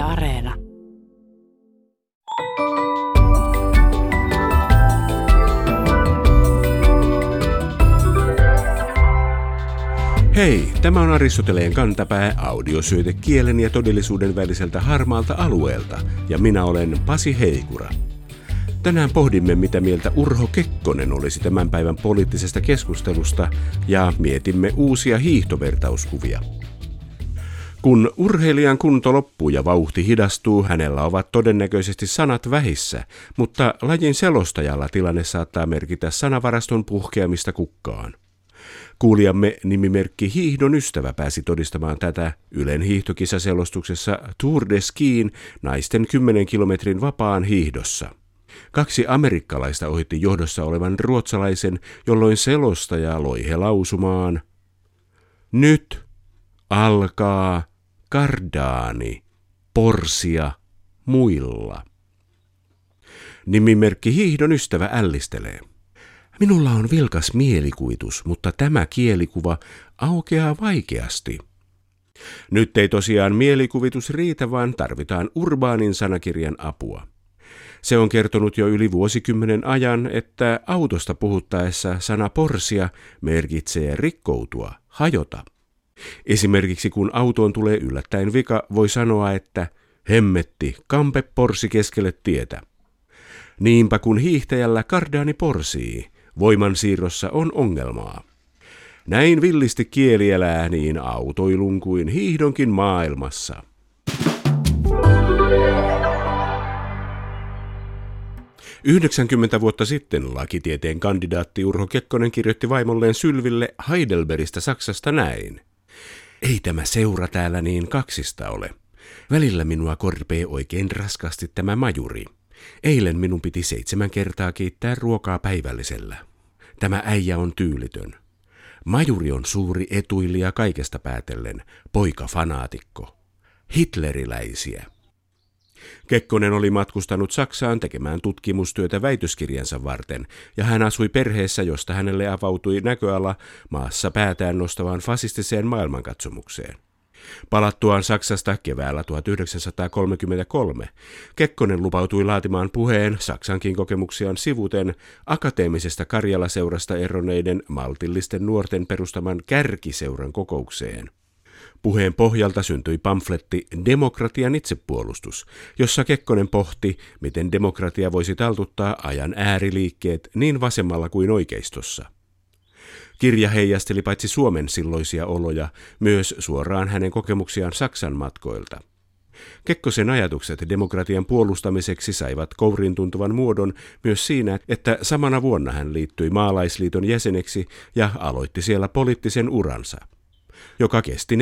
Areena. Hei, tämä on Aristoteleen kantapää audiosyöte kielen ja todellisuuden väliseltä harmaalta alueelta, ja minä olen Pasi Heikura. Tänään pohdimme, mitä mieltä Urho Kekkonen olisi tämän päivän poliittisesta keskustelusta, ja mietimme uusia hiihtovertauskuvia. Kun urheilijan kunto loppuu ja vauhti hidastuu, hänellä ovat todennäköisesti sanat vähissä, mutta lajin selostajalla tilanne saattaa merkitä sanavaraston puhkeamista kukkaan. Kuulijamme nimimerkki Hiihdon ystävä pääsi todistamaan tätä Ylen hiihtokisaselostuksessa Tour de Skiin naisten 10 kilometrin vapaan hiihdossa. 2 amerikkalaista ohitti johdossa olevan ruotsalaisen, jolloin selostaja loihe lausumaan: "Nyt alkaa kardaani, porsia, muilla." Nimimerkki Hiihdon ystävä ällistelee: "Minulla on vilkas mielikuvitus, mutta tämä kielikuva aukeaa vaikeasti." Nyt ei tosiaan mielikuvitus riitä, vaan tarvitaan urbaanin sanakirjan apua. Se on kertonut jo yli vuosikymmenen ajan, että autosta puhuttaessa sana porsia merkitsee rikkoutua, hajota. Esimerkiksi kun autoon tulee yllättäen vika, voi sanoa, että hemmetti, kampe porsi keskelle tietä. Niinpä kun hiihtäjällä kardaani porsii, voimansiirrossa on ongelmaa. Näin villisti kieli elää niin autoilun kuin hiihdonkin maailmassa. "90 vuotta sitten lakitieteen kandidaatti Urho Kekkonen kirjoitti vaimolleen Sylville Heidelbergistä Saksasta näin: "Ei tämä seura täällä niin kaksista ole. Välillä minua korpee oikein raskasti tämä majuri. Eilen minun piti 7 kertaa keittää ruokaa päivällisellä. Tämä äijä on tyylitön. Majuri on suuri etuilija kaikesta päätellen, poika fanaatikko. Hitleriläisiä." Kekkonen oli matkustanut Saksaan tekemään tutkimustyötä väitöskirjansa varten, ja hän asui perheessä, josta hänelle avautui näköala maassa päätään nostavaan fasistiseen maailmankatsomukseen. Palattuaan Saksasta keväällä 1933, Kekkonen lupautui laatimaan puheen Saksankin kokemuksiaan sivuten akateemisesta Karjala-seurasta eronneiden maltillisten nuorten perustaman Kärkiseuran kokoukseen. Puheen pohjalta syntyi pamfletti Demokratian itsepuolustus, jossa Kekkonen pohti, miten demokratia voisi taltuttaa ajan ääriliikkeet niin vasemmalla kuin oikeistossa. Kirja heijasteli paitsi Suomen silloisia oloja, myös suoraan hänen kokemuksiaan Saksan matkoilta. Kekkosen ajatukset demokratian puolustamiseksi saivat kouriin tuntuvan muodon myös siinä, että samana vuonna hän liittyi Maalaisliiton jäseneksi ja aloitti siellä poliittisen uransa, joka kesti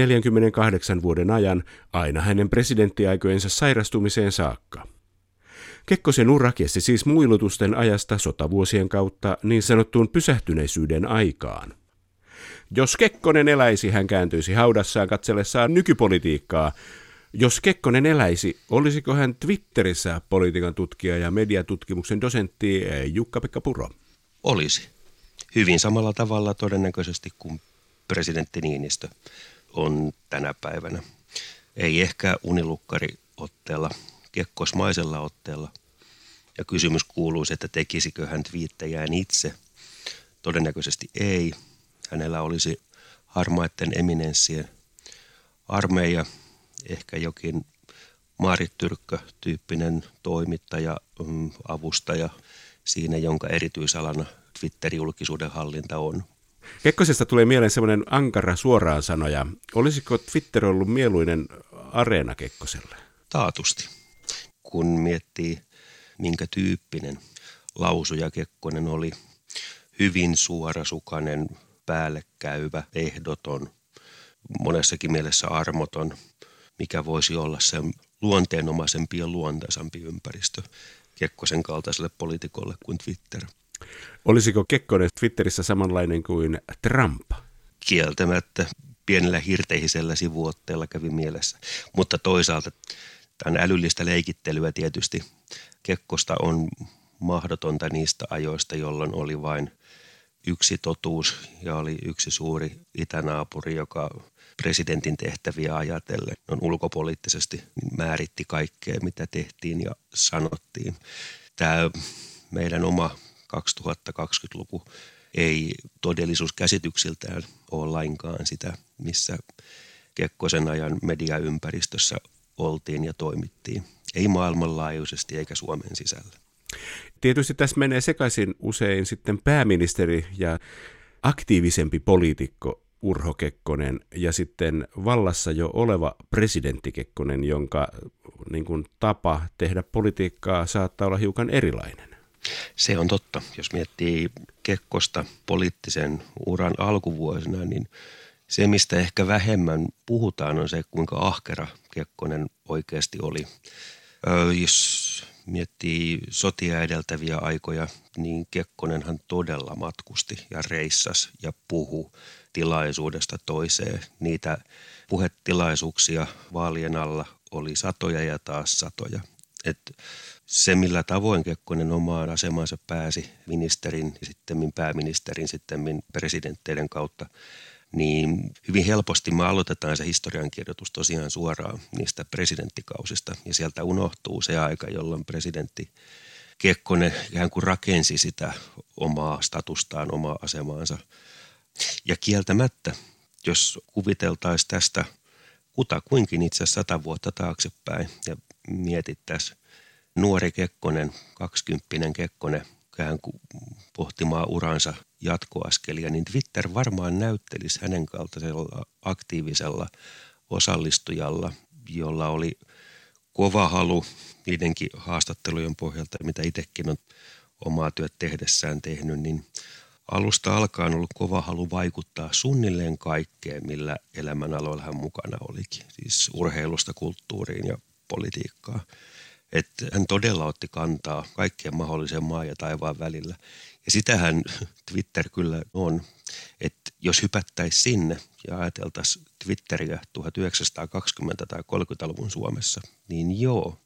48 vuoden ajan aina hänen presidenttiaikojensa sairastumiseen saakka. Kekkosen ura kesti siis muilutusten ajasta sotavuosien kautta niin sanottuun pysähtyneisyyden aikaan. Jos Kekkonen eläisi, hän kääntyisi haudassaan katsellessaan nykypolitiikkaa. Jos Kekkonen eläisi, olisiko hän Twitterissä politiikan tutkija ja mediatutkimuksen dosentti Jukka-Pekka Puro? Olisi. Hyvin samalla tavalla todennäköisesti kuin presidentti Niinistö on tänä päivänä. Ei ehkä unilukkariotteella, kekkosmaisella otteella. Ja kysymys kuuluisi, että tekisikö hän twiittejään itse. Todennäköisesti ei. Hänellä olisi harmaiden eminenssien armeija, ehkä jokin Maarit Tyrkkö-tyyppinen toimittaja, avustaja siinä, jonka erityisalana Twitter-julkisuuden hallinta on. Kekkosesta tulee mieleen semmoinen ankara suoraan sanoja. Olisiko Twitter ollut mieluinen areena Kekkoselle? Taatusti. Kun miettii, minkä tyyppinen lausuja Kekkonen oli, hyvin suorasukainen, päällekäyvä, ehdoton, monessakin mielessä armoton, mikä voisi olla sen luonteenomaisempi ja luontaisampi ympäristö Kekkosen kaltaiselle poliitikolle kuin Twitter. Olisiko Kekkonen Twitterissä samanlainen kuin Trump? Kieltämättä pienellä hirteisellä sivuotteella kävi mielessä, mutta toisaalta tämä on älyllistä leikittelyä tietysti. Kekkosta on mahdotonta niistä ajoista, jolloin oli vain yksi totuus ja oli yksi suuri itänaapuri, joka presidentin tehtäviä ajatellen. On ulkopoliittisesti määritti kaikkea, mitä tehtiin ja sanottiin. Tämä meidän oma 2020-luku ei todellisuuskäsityksiltään ole lainkaan sitä, missä Kekkosen ajan mediaympäristössä oltiin ja toimittiin. Ei maailmanlaajuisesti eikä Suomen sisällä. Tietysti tässä menee sekaisin usein sitten pääministeri ja aktiivisempi poliitikko Urho Kekkonen ja sitten vallassa jo oleva presidentti Kekkonen, jonka niin kuin, tapa tehdä politiikkaa saattaa olla hiukan erilainen. Se on totta. Jos miettii Kekkosta poliittisen uran alkuvuosina, niin se, mistä ehkä vähemmän puhutaan, on se, kuinka ahkera Kekkonen oikeasti oli. Jos miettii sotia edeltäviä aikoja, niin Kekkonenhan todella matkusti ja reissasi ja puhui tilaisuudesta toiseen. Niitä puhetilaisuuksia vaalien alla oli satoja ja taas satoja. Se, millä tavoin Kekkonen omaan asemansa pääsi ministerin ja sitten pääministerin, sitten presidentteiden kautta, niin hyvin helposti me aloitetaan se historiankirjoitus tosiaan suoraan niistä presidenttikausista. Ja sieltä unohtuu se aika, jolloin presidentti Kekkonen ikään kuin rakensi sitä omaa statustaan, omaa asemaansa. Ja kieltämättä, jos kuviteltaisiin tästä kutakuinkin itse asiassa 100 vuotta taaksepäin ja mietittäisiin nuori Kekkonen, 20-vuotias Kekkonen, ikään kuin pohtimaan uransa jatkoaskelia, niin Twitter varmaan näyttelisi hänen kaltaisella aktiivisella osallistujalla, jolla oli kova halu niidenkin haastattelujen pohjalta, mitä itsekin on omaa työt tehdessään tehnyt, niin alusta alkaen on ollut kova halu vaikuttaa suunnilleen kaikkeen, millä elämänaloilla hän mukana olikin, siis urheilusta, kulttuuriin ja politiikkaan. Että hän todella otti kantaa kaikkien mahdollisen maan ja taivaan välillä. Ja sitähän Twitter kyllä on, että jos hypättäisiin sinne ja ajateltaisiin Twitteriä 1920- tai 30-luvun Suomessa, niin joo.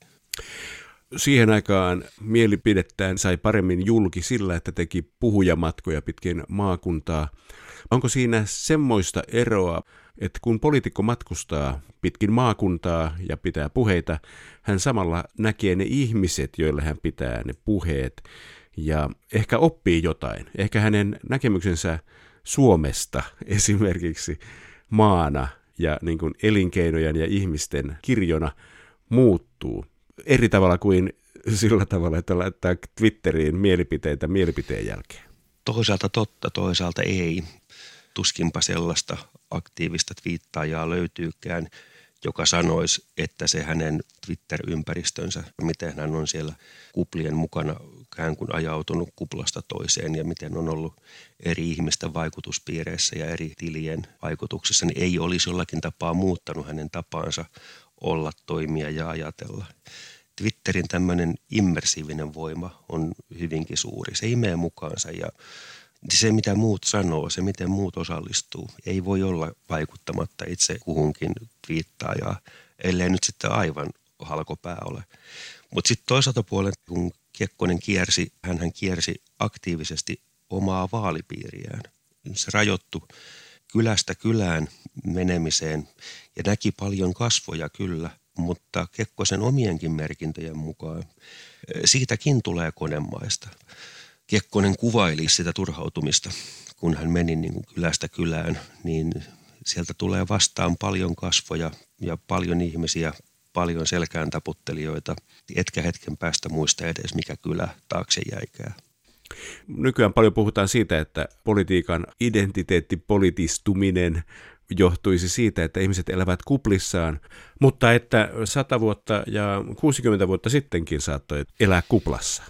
Siihen aikaan mielipidettään sai paremmin julki sillä, että teki puhujamatkoja pitkin maakuntaa. Onko siinä semmoista eroa, että kun poliitikko matkustaa pitkin maakuntaa ja pitää puheita, hän samalla näkee ne ihmiset, joille hän pitää ne puheet ja ehkä oppii jotain. Ehkä hänen näkemyksensä Suomesta esimerkiksi maana ja niin kuin elinkeinojen ja ihmisten kirjona muuttuu eri tavalla kuin sillä tavalla, että laittaa Twitteriin mielipiteitä mielipiteen jälkeen. Toisaalta totta, toisaalta ei. Tuskinpa sellaista aktiivista twiittaajaa löytyykään, joka sanoisi, että se hänen Twitter-ympäristönsä, miten hän on siellä kuplien mukana ikään kuin ajautunut kuplasta toiseen ja miten on ollut eri ihmisten vaikutuspiireissä ja eri tilien vaikutuksessa, niin ei olisi jollakin tapaa muuttanut hänen tapaansa olla, toimia ja ajatella. Twitterin tämmöinen immersiivinen voima on hyvinkin suuri. Se imee mukaansa ja se, mitä muut sanoo, se, miten muut osallistuu, ei voi olla vaikuttamatta itse kuhunkin twiittaajaa, ellei nyt sitten aivan halkopää ole. Mutta sitten toisaalta puolen, kun Kekkonen kiersi, hän kiersi aktiivisesti omaa vaalipiiriään. Se rajoittui kylästä kylään menemiseen ja näki paljon kasvoja kyllä, mutta Kekkosen omienkin merkintöjen mukaan siitäkin tulee konemaista. Kekkonen kuvaili sitä turhautumista, kun hän meni niin kuin kylästä kylään, niin sieltä tulee vastaan paljon kasvoja ja paljon ihmisiä, paljon selkään taputtelijoita. Etkä hetken päästä muista edes, mikä kylä taakse jäikää. Nykyään paljon puhutaan siitä, että politiikan identiteettipolitistuminen johtuisi siitä, että ihmiset elävät kuplissaan, mutta että 100 vuotta ja 60 vuotta sittenkin saattoi elää kuplassa.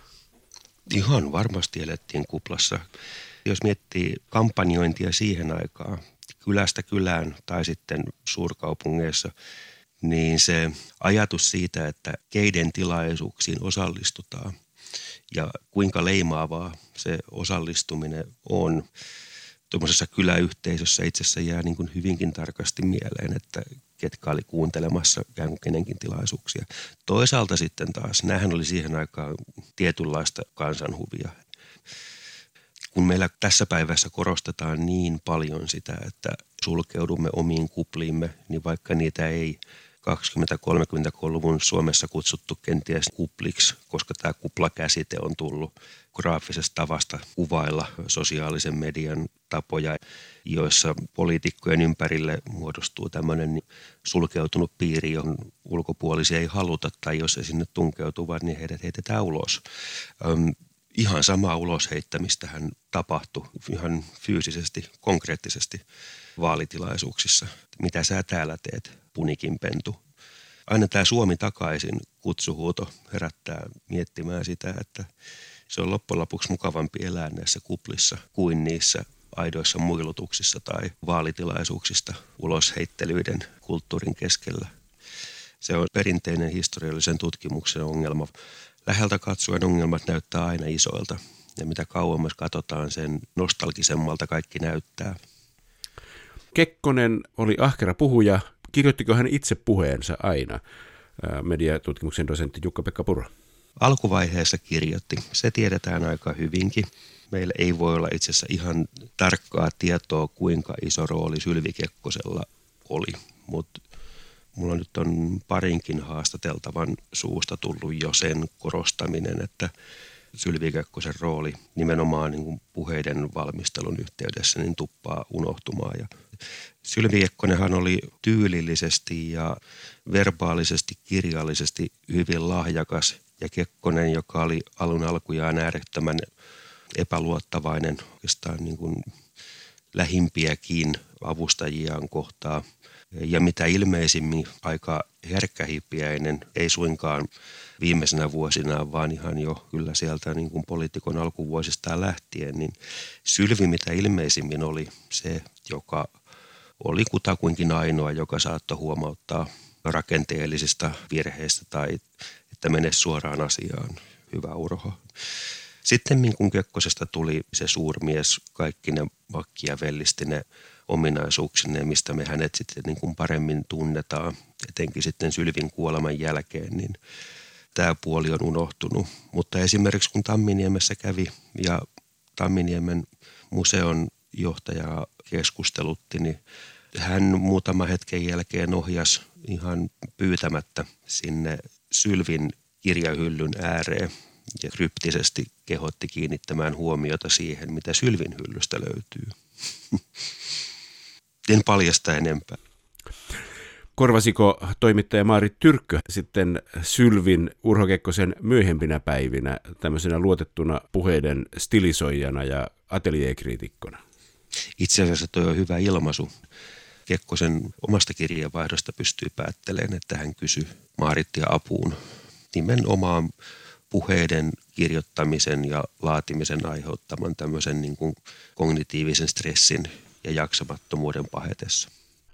Ihan varmasti elettiin kuplassa. Jos miettii kampanjointia siihen aikaan, kylästä kylään tai sitten suurkaupungeissa, niin se ajatus siitä, että keiden tilaisuuksiin osallistutaan ja kuinka leimaavaa se osallistuminen on, tuommoisessa kyläyhteisössä itse asiassa jää niin kuin hyvinkin tarkasti mieleen, että ketkä oli kuuntelemassa ikään kuin kenenkin tilaisuuksia. Toisaalta sitten taas, näähän oli siihen aikaan tietynlaista kansanhuvia. Kun meillä tässä päivässä korostetaan niin paljon sitä, että sulkeudumme omiin kupliimme, niin vaikka niitä ei 20-30-luvun Suomessa kutsuttu kenties kupliksi, koska tämä kuplakäsite on tullut graafisesta tavasta kuvailla sosiaalisen median tapoja, joissa poliitikkojen ympärille muodostuu tämmöinen sulkeutunut piiri, johon ulkopuolisia ei haluta, tai jos he sinne tunkeutuvat, niin heidät heitetään ulos. Ihan samaa ulosheittämistähän tapahtui ihan fyysisesti, konkreettisesti vaalitilaisuuksissa. Mitä sä täällä teet, punikin pentu? Aina tämä Suomi takaisin kutsuhuuto herättää miettimään sitä, että se on loppujen lopuksi mukavampi elää näissä kuplissa kuin niissä aidoissa muilutuksissa tai vaalitilaisuuksista ulosheittelyiden kulttuurin keskellä. Se on perinteinen historiallisen tutkimuksen ongelma. Läheltä katsoen ongelmat näyttää aina isoilta, ja mitä kauemmas katsotaan, sen nostalgisemmalta kaikki näyttää. Kekkonen oli ahkera puhuja. Kirjoittiko hän itse puheensa aina, mediatutkimuksen dosentti Jukka-Pekka Puro? Alkuvaiheessa kirjoitti. Se tiedetään aika hyvinkin. Meillä ei voi olla itse asiassa ihan tarkkaa tietoa, kuinka iso rooli Sylvi Kekkosella oli, mutta mulla nyt on parinkin haastateltavan suusta tullut jo sen korostaminen, että Sylvi Kekkosen rooli nimenomaan niin kuin puheiden valmistelun yhteydessä niin tuppaa unohtumaan. Ja Sylvi Kekkonenhan oli tyylillisesti ja verbaalisesti, kirjallisesti hyvin lahjakas. Ja Kekkonen, joka oli alun alkujaan äärettömän epäluottavainen, oikeastaan niin kuin lähimpiäkin avustajiaan kohtaa. Ja mitä ilmeisimmin aika herkkähipiäinen, ei suinkaan viimeisenä vuosina, vaan ihan jo kyllä sieltä niin kuin poliitikon alkuvuosistaan lähtien, niin Sylvi mitä ilmeisimmin oli se, joka oli kutakuinkin ainoa, joka saattoi huomauttaa rakenteellisista virheistä tai että mene suoraan asiaan. Hyvä Urho. Sitten kun Kekkosesta tuli se suurmies, kaikki ne machiavellistine ominaisuuksineen, mistä me hänet sitten niin kuin paremmin tunnetaan, etenkin sitten Sylvin kuoleman jälkeen, niin tämä puoli on unohtunut. Mutta esimerkiksi kun Tamminiemessä kävi ja Tamminiemen museon johtajaa keskustelutti, niin hän muutama hetken jälkeen ohjasi ihan pyytämättä sinne Sylvin kirjahyllyn ääreen ja kryptisesti kehotti kiinnittämään huomiota siihen, mitä Sylvin hyllystä löytyy. En paljasta enempää. Korvasiko toimittaja Maarit Tyrkkö sitten Sylvin Urho Kekkosen myöhempinä päivinä tämmöisenä luotettuna puheiden stilisoijana ja ateljeekriitikkona? Itse asiassa tuo on hyvä ilmaisu. Kekkosen omasta kirjeenvaihdosta pystyy päättelemään, että hän kysyi Maarittia apuun nimenomaan puheiden kirjoittamisen ja laatimisen aiheuttaman tämmöisen niin kuin kognitiivisen stressin ja jaksamattomuuden pahetessa.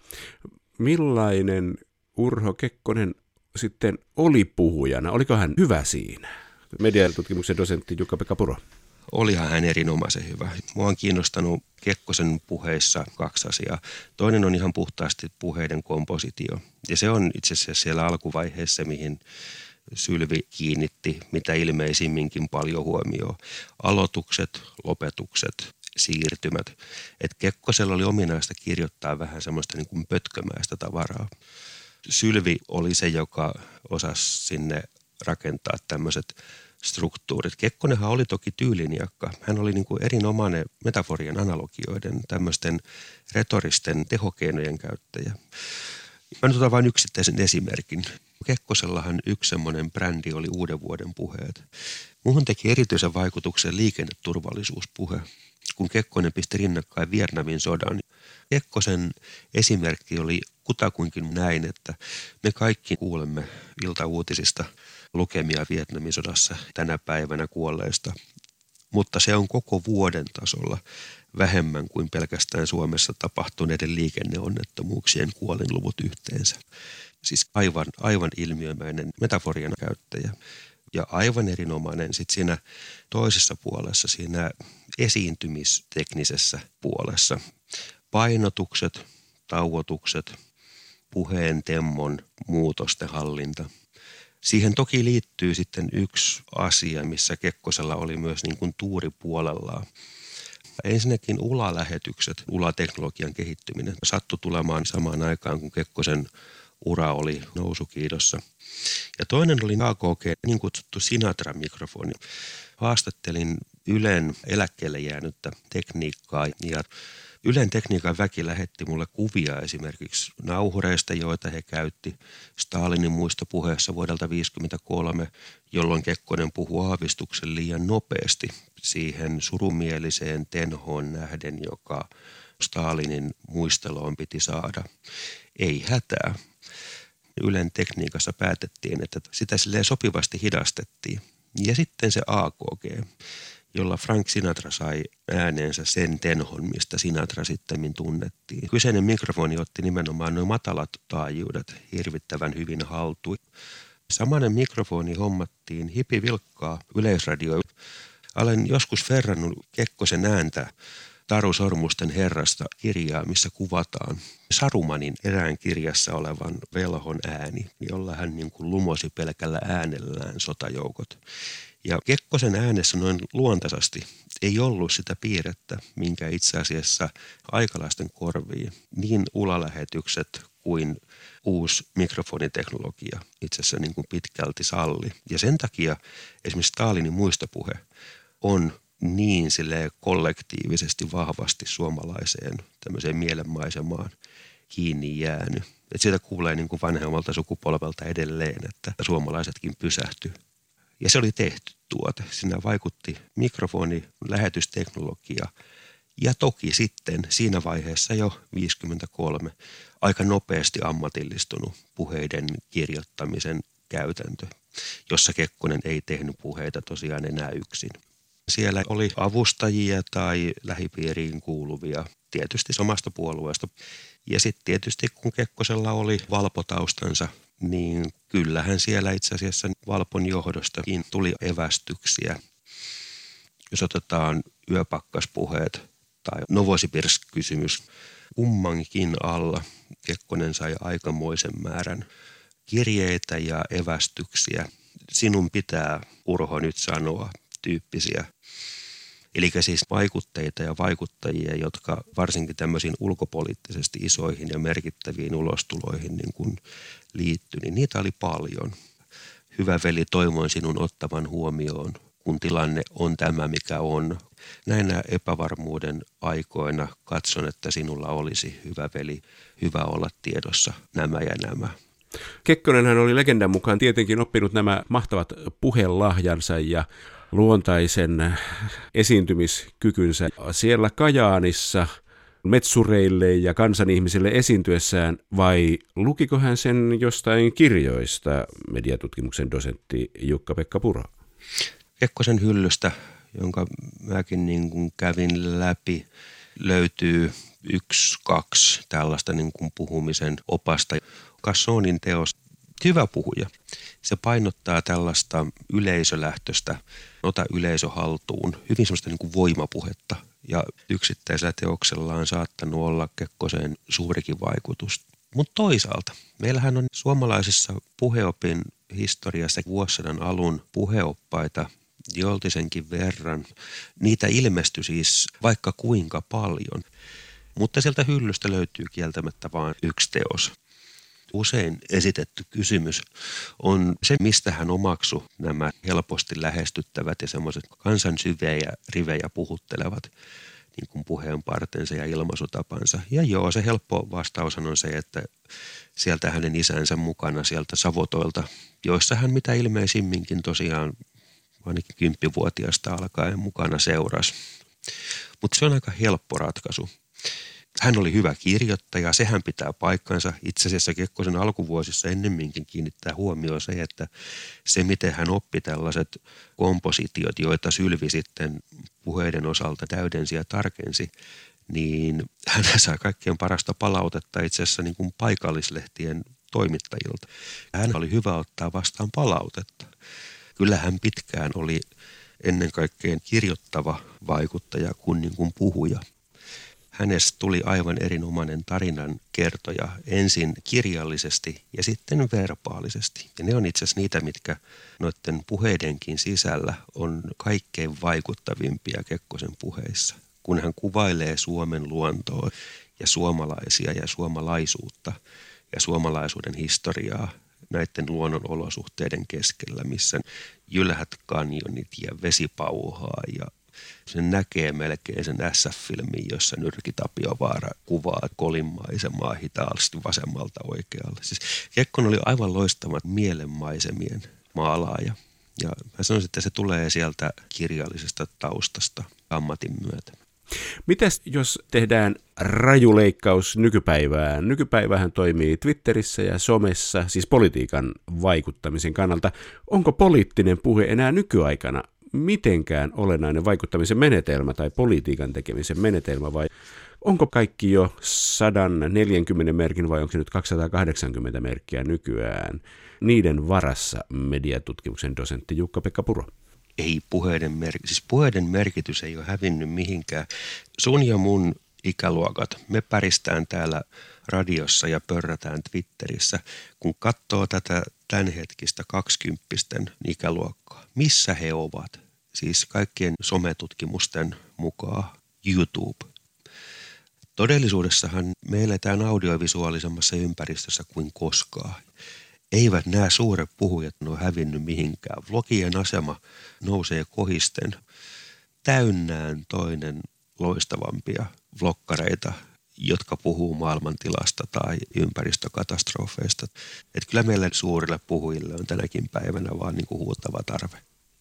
Millainen Urho Kekkonen sitten oli puhujana? Oliko hän hyvä siinä? Mediatutkimuksen dosentti Jukka-Pekka Puro. Olihan hän erinomaisen hyvä. Mua on kiinnostanut Kekkosen puheissa kaksi asiaa. Toinen on ihan puhtaasti puheiden kompositio. Ja se on itse asiassa siellä alkuvaiheessa, mihin Sylvi kiinnitti mitä ilmeisimminkin paljon huomioon. Aloitukset, lopetukset, siirtymät. Et Kekkosella oli ominaista kirjoittaa vähän semmoista niin kuin pötkömäistä tavaraa. Sylvi oli se, joka osasi sinne rakentaa tämmöiset struktuurit. Kekkonenhan oli toki tyyliniakka. Hän oli niin kuin erinomainen metaforien, analogioiden, tämmöisten retoristen tehokeinojen käyttäjä. Mä nyt otan vain yksittäisen esimerkin. Kekkosellahan yksi semmoinen brändi oli uuden vuoden puheet. Muuhun teki erityisen vaikutuksen liikenneturvallisuuspuhe, kun Kekkonen pisti rinnakkain Vietnamin sodan. Kekkosen esimerkki oli kutakuinkin näin, että me kaikki kuulemme iltauutisista lukemia Vietnamin sodassa tänä päivänä kuolleista, mutta se on koko vuoden tasolla vähemmän kuin pelkästään Suomessa tapahtuneiden liikenneonnettomuuksien kuolinluvut yhteensä. Siis aivan ilmiömäinen metaforien käyttäjä ja aivan erinomainen sitten siinä toisessa puolessa, siinä esiintymisteknisessä puolessa. Painotukset, tauotukset, puheen temmon muutosten hallinta. Siihen toki liittyy sitten yksi asia, missä Kekkosella oli myös niin kuin tuuri puolellaan. Ensinnäkin ULA-lähetykset, ULA-teknologian kehittyminen sattui tulemaan samaan aikaan, kun Kekkosen ura oli nousukiidossa. Ja toinen oli AKG, niin kutsuttu Sinatra-mikrofoni. Haastattelin Ylen eläkkeelle jäänyttä tekniikkaa ja Ylen tekniikan väki lähetti mulle kuvia esimerkiksi nauhureista, joita he käytti Stalinin muistopuheessa vuodelta 1953, jolloin Kekkonen puhui aavistuksen liian nopeasti siihen surumieliseen tenhoon nähden, joka Stalinin muisteloon piti saada. Ei hätää. Ylen tekniikassa päätettiin, että sitä silleen sopivasti hidastettiin. Ja sitten se AKG, jolla Frank Sinatra sai ääneensä sen tenhon, mistä Sinatra sittemmin tunnettiin. Kyseinen mikrofoni otti nimenomaan nuo matalat taajuudet hirvittävän hyvin haltuun. Samainen mikrofoni hommattiin hipivilkkaa Yleisradio. Olen joskus verrannut Kekkosen ääntä Taru Sormusten herrasta kirjaa, missä kuvataan Sarumanin erään kirjassa olevan velhon ääni, jolla hän niin kuin lumosi pelkällä äänellään sotajoukot. Ja Kekkosen äänessä noin luontaisesti ei ollut sitä piirrettä, minkä itse asiassa aikalaisten korviin niin ULA-lähetykset kuin uusi mikrofoniteknologia itse asiassa niin kuin pitkälti salli. Ja sen takia esimerkiksi Stalinin muistopuhe on niin silleen kollektiivisesti vahvasti suomalaiseen tämmöiseen mielenmaisemaan kiinni jäänyt. Että siitä kuulee niin kuin vanhemmalta sukupolvelta edelleen, että suomalaisetkin pysähtyi. Ja se oli tehty tuote. Siinä vaikutti mikrofoni, lähetysteknologia ja toki sitten siinä vaiheessa jo 1953 aika nopeasti ammatillistunut puheiden kirjoittamisen käytäntö, jossa Kekkonen ei tehnyt puheita tosiaan enää yksin. Siellä oli avustajia tai lähipiiriin kuuluvia, tietysti samasta puolueesta. Ja sitten tietysti kun Kekkosella oli valpotaustansa, niin kyllähän siellä itse asiassa Valpon johdostakin tuli evästyksiä. Jos otetaan yöpakkaspuheet tai Novosibirsk-kysymys, kummankin alla Kekkonen sai aikamoisen määrän kirjeitä ja evästyksiä. Sinun pitää, Urho, nyt sanoa tyyppisiä. Eli siis vaikutteita ja vaikuttajia, jotka varsinkin tämmöisiin ulkopoliittisesti isoihin ja merkittäviin ulostuloihin niin kun liittyi, niin niitä oli paljon. Hyvä veli, toivoin sinun ottavan huomioon, kun tilanne on tämä, mikä on. Näinä epävarmuuden aikoina katson, että sinulla olisi, hyvä veli, hyvä olla tiedossa nämä ja nämä. Kekkonenhan oli legendan mukaan tietenkin oppinut nämä mahtavat puhelahjansa ja luontaisen esiintymiskykynsä siellä Kajaanissa metsureille ja kansanihmisille esiintyessään, vai lukiko hän sen jostain kirjoista, mediatutkimuksen dosentti Jukka-Pekka Puro? Kekkosen hyllystä, jonka mäkin niin kuin kävin läpi, löytyy 1-2 tällaista niin kuin puhumisen opasta. Cassonin teos, hyvä puhuja. Se painottaa tällaista yleisölähtöistä, ota yleisö haltuun, hyvin semmoista niin kuin voimapuhetta. Ja yksittäisellä teoksella on saattanut olla Kekkoseen suurikin vaikutus. Mutta toisaalta, meillähän on suomalaisessa puheopin historiassa vuosisadan alun puheoppaita joltisenkin verran. Niitä ilmestyi siis vaikka kuinka paljon, mutta sieltä hyllystä löytyy kieltämättä vain yksi teos. Usein esitetty kysymys on se, mistä hän omaksui nämä helposti lähestyttävät ja semmoiset kansan syvejä rivejä puhuttelevat niin kuin puheenpartensa ja ilmaisutapansa. Ja joo, se helppo vastaus on se, että sieltä hänen isänsä mukana sieltä Savotoilta, joissa hän mitä ilmeisimminkin tosiaan ainakin 10-vuotiaasta alkaen mukana seurasi. Mutta se on aika helppo ratkaisu. Hän oli hyvä kirjoittaja, sehän pitää paikkansa. Itse asiassa Kekkosen alkuvuosissa ennemminkin kiinnittää huomioon se, että se miten hän oppi tällaiset kompositiot, joita Sylvi sitten puheiden osalta täydensi ja tarkensi, niin hän sai kaikkein parasta palautetta itse asiassa niin kuin paikallislehtien toimittajilta. Hän oli hyvä ottaa vastaan palautetta. Kyllä hän pitkään oli ennen kaikkea kirjoittava vaikuttaja kuin, niin kuin puhuja. Hänestä tuli aivan erinomainen tarinan kertoja ensin kirjallisesti ja sitten verbaalisesti. Ja ne on itse asiassa niitä, mitkä noiden puheidenkin sisällä on kaikkein vaikuttavimpia Kekkosen puheissa. kun hän kuvailee Suomen luontoa ja suomalaisia ja suomalaisuutta ja suomalaisuuden historiaa näiden luonnonolosuhteiden keskellä, missä jylhät kanjonit ja vesi pauhaa ja se näkee melkein sen SF-filmin, jossa Nyrki Tapiovaara kuvaa kolimaisemaa hitaasti vasemmalta oikealle. Siis Kekkonen oli aivan loistava mielenmaisemien maalaaja. Ja mä sanoisin, että se tulee sieltä kirjallisesta taustasta ammatin myötä. Mitäs jos tehdään raju leikkaus nykypäivään? Nykypäivähän toimii Twitterissä ja somessa, siis politiikan vaikuttamisen kannalta. Onko poliittinen puhe enää nykyaikana mitenkään olennainen vaikuttamisen menetelmä tai politiikan tekemisen menetelmä, vai onko kaikki jo 140 merkin vai onko se nyt 280 merkkiä nykyään? Niiden varassa mediatutkimuksen dosentti Jukka-Pekka Puro. Ei puheiden merkitys ei ole hävinnyt mihinkään. Sun ja mun ikäluokat, me päristään täällä radiossa ja pörrätään Twitterissä, kun katsoo tätä tämänhetkistä 20-vuotiaiden ikäluokkaa. Missä he ovat? Siis kaikkien sometutkimusten mukaan YouTube. Todellisuudessahan me eletään audiovisuaalisemmassa ympäristössä kuin koskaan. Eivät nämä suuret puhujat ole hävinnyt mihinkään. Vlogien asema nousee kohisten. Täynnään toinen loistavampia vloggareita, jotka puhuu maailmantilasta tai ympäristökatastrofeista. Että kyllä meille suurille puhujille on tänäkin päivänä vaan niin kuin huutava tarve.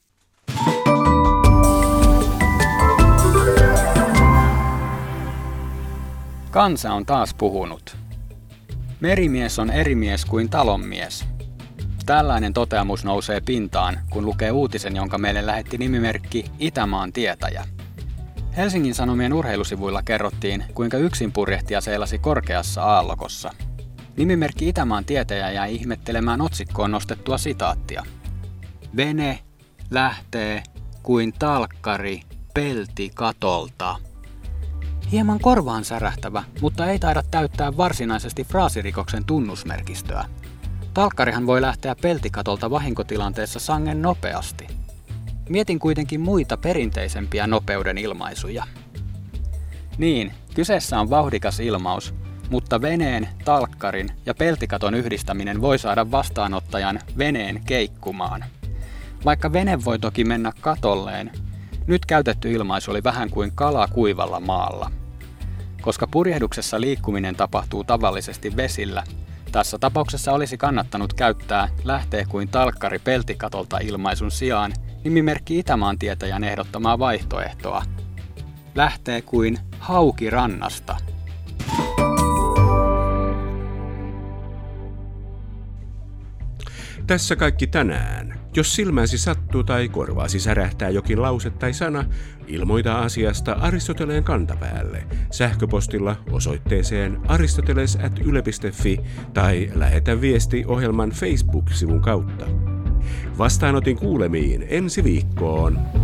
Kansa on taas puhunut. Merimies on eri mies kuin talonmies. Tällainen toteamus nousee pintaan, kun lukee uutisen, jonka meille lähetti nimimerkki Itämaan tietäjä. Helsingin Sanomien urheilusivuilla kerrottiin, kuinka yksinpurjehtija seilasi korkeassa aallokossa. Nimimerkki Itämaan tietäjä jäi ihmettelemään otsikkoon nostettua sitaattia. Vene lähtee kuin talkkari peltikatolta. Hieman korvaan särähtävä, mutta ei taida täyttää varsinaisesti fraasirikoksen tunnusmerkistöä. Talkkarihan voi lähteä peltikatolta vahinkotilanteessa sangen nopeasti. Mietin kuitenkin muita perinteisempiä nopeuden ilmaisuja. Niin, kyseessä on vauhdikas ilmaus, mutta veneen, talkkarin ja peltikaton yhdistäminen voi saada vastaanottajan veneen keikkumaan. Vaikka vene voi toki mennä katolleen, nyt käytetty ilmaisu oli vähän kuin kala kuivalla maalla. Koska purjehduksessa liikkuminen tapahtuu tavallisesti vesillä, tässä tapauksessa olisi kannattanut käyttää lähtee kuin talkkari peltikatolta ilmaisun sijaan nimimerkki Itämaan tietäjän ehdottamaa vaihtoehtoa. Lähtee kuin hauki rannasta. Tässä kaikki tänään. Jos silmäsi sattuu tai korvaasi särähtää jokin lause tai sana, ilmoita asiasta Aristoteleen kantapäälle sähköpostilla osoitteeseen aristoteles@yle.fi tai lähetä viesti ohjelman Facebook-sivun kautta. Vastaanotin kuulemiin ensi viikkoon.